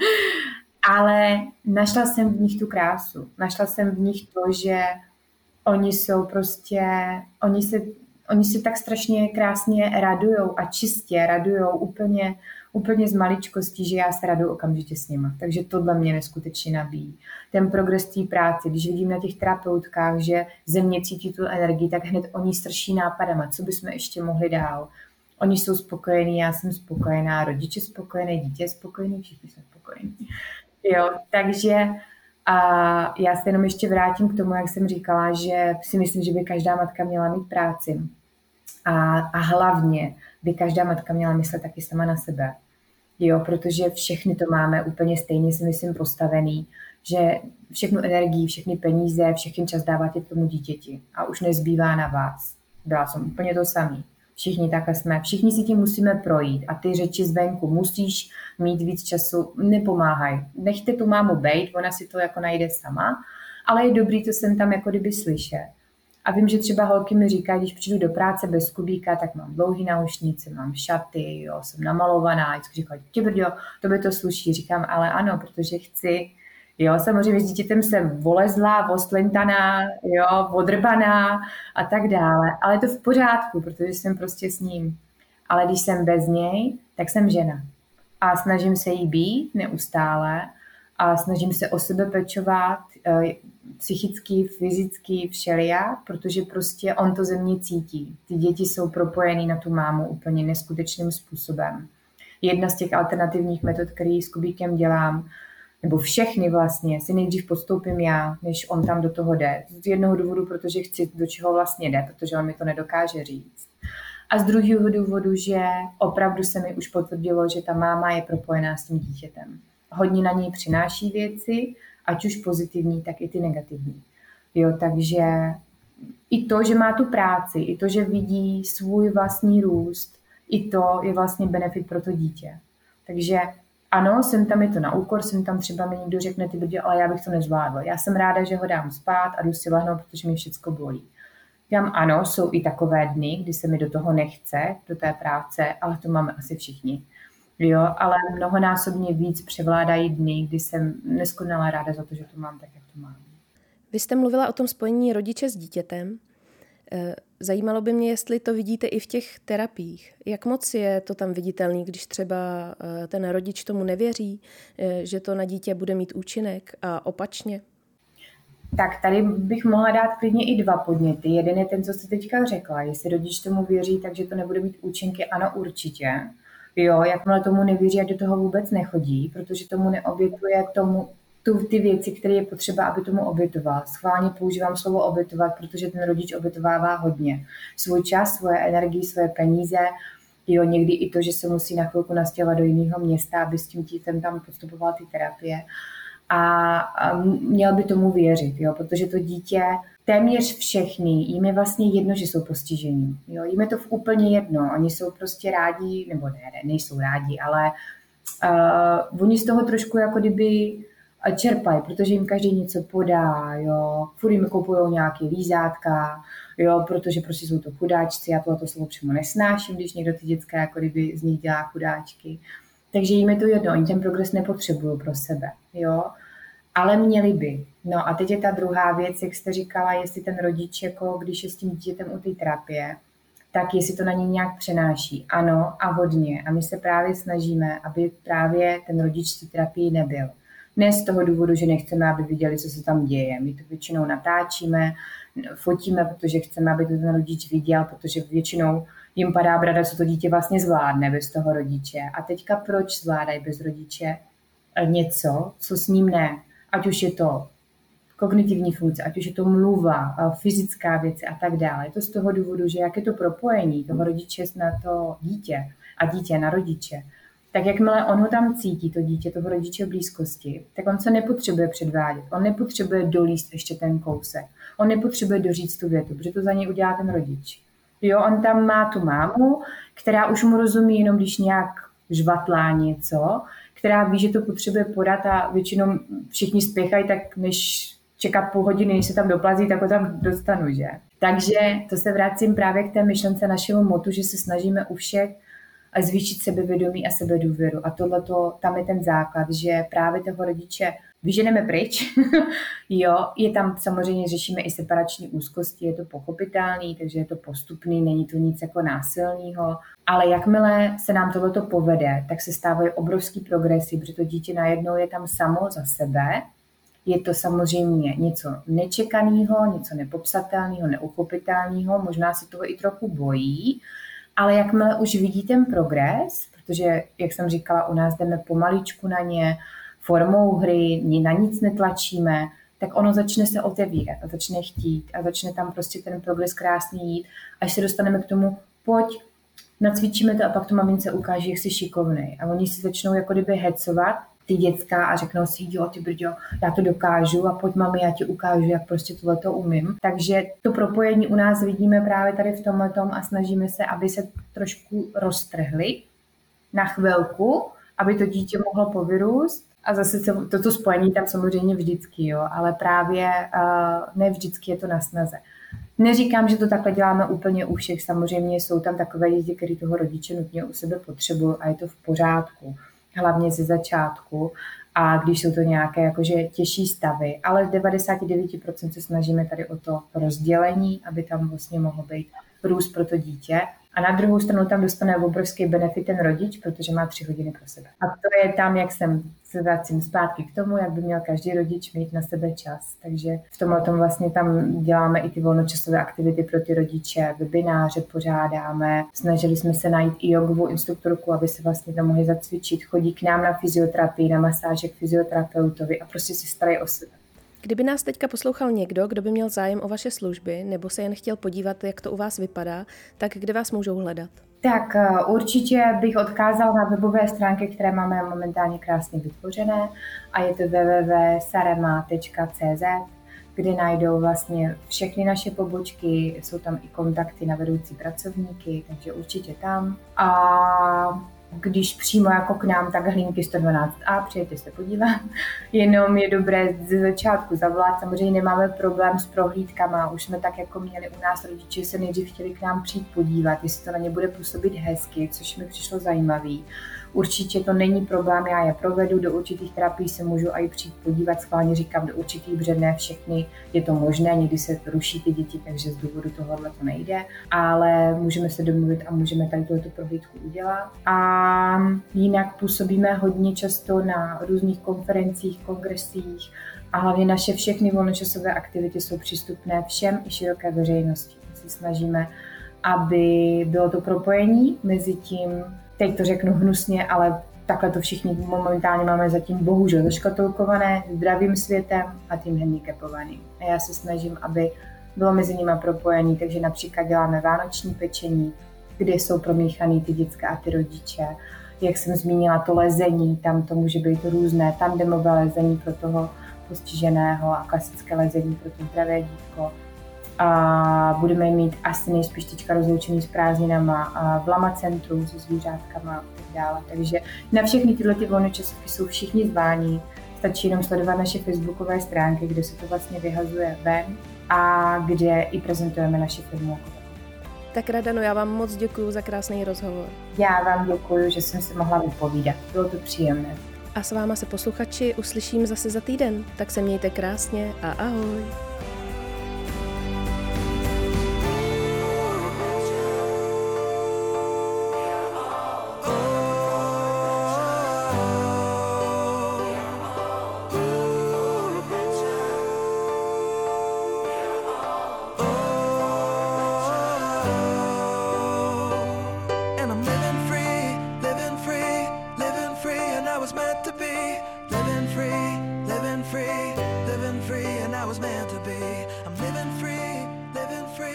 Ale našla jsem v nich tu krásu. Našla jsem v nich to, že oni jsou prostě, oni se, oni se tak strašně krásně radujou a čistě radujou úplně, úplně z maličkostí, že já se raduju okamžitě s nima. Takže tohle mě neskutečně nabíjí. Ten progres té práce, když vidím na těch terapeutkách, že ze mě cítí tu energii, tak hned oni strší nápadama, co bychom ještě mohli dál. Oni jsou spokojení, já jsem spokojená, rodiče spokojení, dítě spokojený, všichni jsou spokojení. Jo, takže a já se jenom ještě vrátím k tomu, jak jsem říkala, že si myslím, že by každá matka měla mít práci. A, a hlavně by každá matka měla myslet taky sama na sebe. Jo, protože všechny to máme úplně stejně, si myslím, postavený, že všechnu energii, všechny peníze, všechny čas dáváte tomu dítěti a už nezbývá na vás. Byla jsem úplně to samý. Všichni takhle jsme, všichni si tím musíme projít a ty řeči zvenku musíš mít víc času, nepomáhají. Nechte tu mámu bejt, ona si to jako najde sama, ale je dobrý to sem tam jako kdyby slyšet. A vím, že třeba holky mi říkají, když přijdu do práce bez Kubíka, tak mám dlouhý náušnice, mám šaty, jo, jsem namalovaná, vždycky říkají, tě brďo, to by to sluší. Říkám, ale ano, protože chci. Jo, samozřejmě s dítětem jsem volezlá, voslentaná, jo, odrbaná a tak dále, ale je to v pořádku, protože jsem prostě s ním. ale když jsem bez něj, tak jsem žena. A snažím se jí být neustále a snažím se o sebe pečovat psychicky, fyzicky, všelijak, protože prostě on to ze mě cítí. Ty děti jsou propojený na tu mámu úplně neskutečným způsobem. Jedna z těch alternativních metod, který s Kubíkem dělám, nebo všechny vlastně, si nejdřív podstoupím já, než on tam do toho jde. Z jednoho důvodu, protože chci, do čeho vlastně jde, protože on mi to nedokáže říct. A z druhého důvodu, že opravdu se mi už potvrdilo, že ta máma je propojená s tím dítětem. Hodně na něj přináší věci, ať už pozitivní, tak i ty negativní. Jo, takže i to, že má tu práci, i to, že vidí svůj vlastní růst, i to je vlastně benefit pro to dítě. Takže ano, jsem tam, je to na úkor, jsem tam třeba mi někdo řekne, ty brdě, ale já bych to nezvládla. Já jsem ráda, že ho dám spát a jdu si lehnout, protože mi všecko bolí. Říkám, ano, jsou i takové dny, kdy se mi do toho nechce, do té práce, ale to máme asi všichni. Jo, ale mnohonásobně víc převládají dny, kdy jsem neskonale ráda za to, že to mám tak, jak to mám. Vy jste mluvila o tom spojení rodiče s dítětem. Zajímalo by mě, jestli to vidíte i v těch terapiích. Jak moc je to tam viditelný, když třeba ten rodič tomu nevěří, že to na dítě bude mít účinek a opačně? Tak tady bych mohla dát klidně i dva podněty. Jeden je ten, co jste teďka řekla. Jestli rodič tomu věří, takže to nebude mít účinky, ano, určitě. Jo, jakmile tomu nevěří a do toho vůbec nechodí, protože tomu neobětuje tomu, tu, ty věci, které je potřeba, aby tomu obětoval. Schválně používám slovo obětovat, protože ten rodič obětovává hodně. Svůj čas, svoje energii, svoje peníze, jo, někdy i to, že se musí na chvilku nastěhovat do jiného města, aby s tím dítem tam podstupoval ty terapie. A, a měl by tomu věřit, jo, protože to dítě, téměř všechny, jim je vlastně jedno, že jsou postižení. Jo, jim je to v úplně jedno, oni jsou prostě rádi, nebo ne, ne nejsou rádi, ale uh, oni z toho trošku jako kdyby čerpají, protože jim každý něco podá, jo, furt jim koupujou nějaké lízátka, jo, protože prostě jsou to chudáčci, já tohleto slovo přímo nesnáším, když někdo ty děcka jako kdyby z nich dělá chudáčky. Takže jim je to jedno, oni ten progres nepotřebují pro sebe, jo, ale měli by. No a teď je ta druhá věc, jak jste říkala, jestli ten rodič, jako když je s tím dítětem u té terapie, tak jestli to na něj nějak přenáší. Ano a hodně. A my se právě snažíme, aby právě ten rodič té terapii nebyl. Ne z toho důvodu, že nechceme, aby viděli, co se tam děje. My to většinou natáčíme, fotíme, protože chceme, aby to ten rodič viděl, protože většinou jim padá brada, co to dítě vlastně zvládne bez toho rodiče. A teďka proč zvládají bez rodiče něco, co s ním ne? Ať už je to kognitivní funkce, ať už je to mluva, fyzická věc a tak dále. Je to z toho důvodu, že jak je to propojení toho rodiče na to dítě a dítě na rodiče, tak jakmile on ho tam cítí, to dítě, toho rodiče v blízkosti, tak on se nepotřebuje předvádět. On nepotřebuje dolíst ještě ten kousek. On nepotřebuje doříct tu větu, protože to za něj udělá ten rodič. Jo, on tam má tu mámu, která už mu rozumí jenom, když nějak žvatlá něco, která ví, že to potřebuje podat a většinou všichni spěchají, tak než čekat půl hodiny, než se tam doplazí, tak ho tam dostanu, že? Takže to se vracím právě k té myšlence našeho motu, že se snažíme u všech zvýšit sebevědomí a sebedůvěru. A tohleto, tam je ten základ, že právě toho rodiče vyženeme pryč. Jo, je tam samozřejmě, řešíme i separační úzkosti, je to pochopitelný, takže je to postupný, není to nic jako násilného. Ale jakmile se nám tohleto povede, tak se stávají obrovský progresy, protože to dítě najednou je tam samo za sebe. Je to samozřejmě něco nečekaného, něco nepopsatelného, neuchopitelného, možná se toho i trochu bojí, ale jakmile už vidí ten progres, protože, jak jsem říkala, u nás jdeme pomaličku na ně, formou hry, na nic netlačíme, tak ono začne se otevírat a začne chtít a začne tam prostě ten progres krásný jít, až se dostaneme k tomu, pojď, nacvičíme to a pak to mamince ukáže, jak jsi šikovnej. A oni si začnou jako kdyby hecovat, ty děcka, a řeknou si, jo, ty brďo, já to dokážu a pojď mami, já ti ukážu, jak prostě tohleto umím. Takže to propojení u nás vidíme právě tady v tomhletom a snažíme se, aby se trošku roztrhli na chvilku, aby to dítě mohlo povyrůst. A zase toto spojení tam samozřejmě vždycky, jo, ale právě uh, ne vždycky je to na snaze. Neříkám, že to takhle děláme úplně u všech, samozřejmě jsou tam takové děti, které toho rodiče nutně u sebe potřebují a je to v pořádku, hlavně ze začátku a když jsou to nějaké jakože těžší stavy, ale z devadesát devět procent se snažíme tady o to rozdělení, aby tam vlastně mohlo být růst pro to dítě A na druhou stranu tam dostane obrovský benefit ten rodič, protože má tři hodiny pro sebe. A to je tam, jak jsem se vracím zpátky k tomu, jak by měl každý rodič mít na sebe čas. Takže v tomhle tom vlastně tam děláme i ty volnočasové aktivity pro ty rodiče, webináře pořádáme. Snažili jsme se najít i jogovou instruktorku, aby se vlastně tam mohli zacvičit. Chodí k nám na fyzioterapii, na masáže k fyzioterapeutovi a prostě si starají o sebe. Kdyby nás teďka poslouchal někdo, kdo by měl zájem o vaše služby, nebo se jen chtěl podívat, jak to u vás vypadá, tak kde vás můžou hledat? Tak určitě bych odkázala na webové stránky, které máme momentálně krásně vytvořené, a je to w w w tečka sarema tečka c z, kde najdou vlastně všechny naše pobočky, jsou tam i kontakty na vedoucí pracovníky, takže určitě tam. A když přímo jako k nám, tak Hlínky sto dvanáct a přijďte se podívat. Jenom je dobré ze začátku zavolat. Samozřejmě nemáme problém s prohlídkama. Už jsme tak jako měli u nás rodiče, se nejdřív chtěli k nám přijít podívat, jestli to na ně bude působit hezky, což mi přišlo zajímavý. Určitě to není problém, já je provedu, do určitých terapií se můžu i přijít podívat, schválně říkám do určitých, protože ne všechny je to možné, někdy se ruší ty děti, takže z důvodu tohohle to nejde, ale můžeme se domluvit a můžeme tady tuto prohlídku udělat. A jinak působíme hodně často na různých konferencích, kongresích a hlavně naše všechny volnočasové aktivity jsou přístupné všem i široké veřejnosti. My se snažíme, aby bylo to propojení mezi tím, teď to řeknu hnusně, ale takhle to všichni momentálně máme zatím bohužel zaškatulkované zdravým světem a tím handicapovaným. A já se snažím, aby bylo mezi nimi propojený, takže například děláme vánoční pečení, kde jsou promíchaný ty děcka a ty rodiče. Jak jsem zmínila, to lezení, tam to může být různé, tandemové lezení pro toho postiženého a klasické lezení pro to zdravé dítko. A budeme mít asi nejspíš teďka rozloučený s prázdninama v Lama centru se zvířátkama a tak dále. Takže na všechny tyhle ty volnočasovky jsou všichni zváni. Stačí jenom sledovat naše facebookové stránky, kde se to vlastně vyhazuje ven a kde i prezentujeme naši firmu jako takovou. Tak Radano, já vám moc děkuju za krásný rozhovor. Já vám děkuju, že jsem se mohla vypovídat. Bylo to příjemné. A s váma se posluchači uslyším zase za týden. Tak se mějte krásně a ahoj.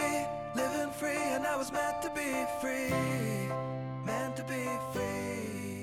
I was meant to be free, meant to be free.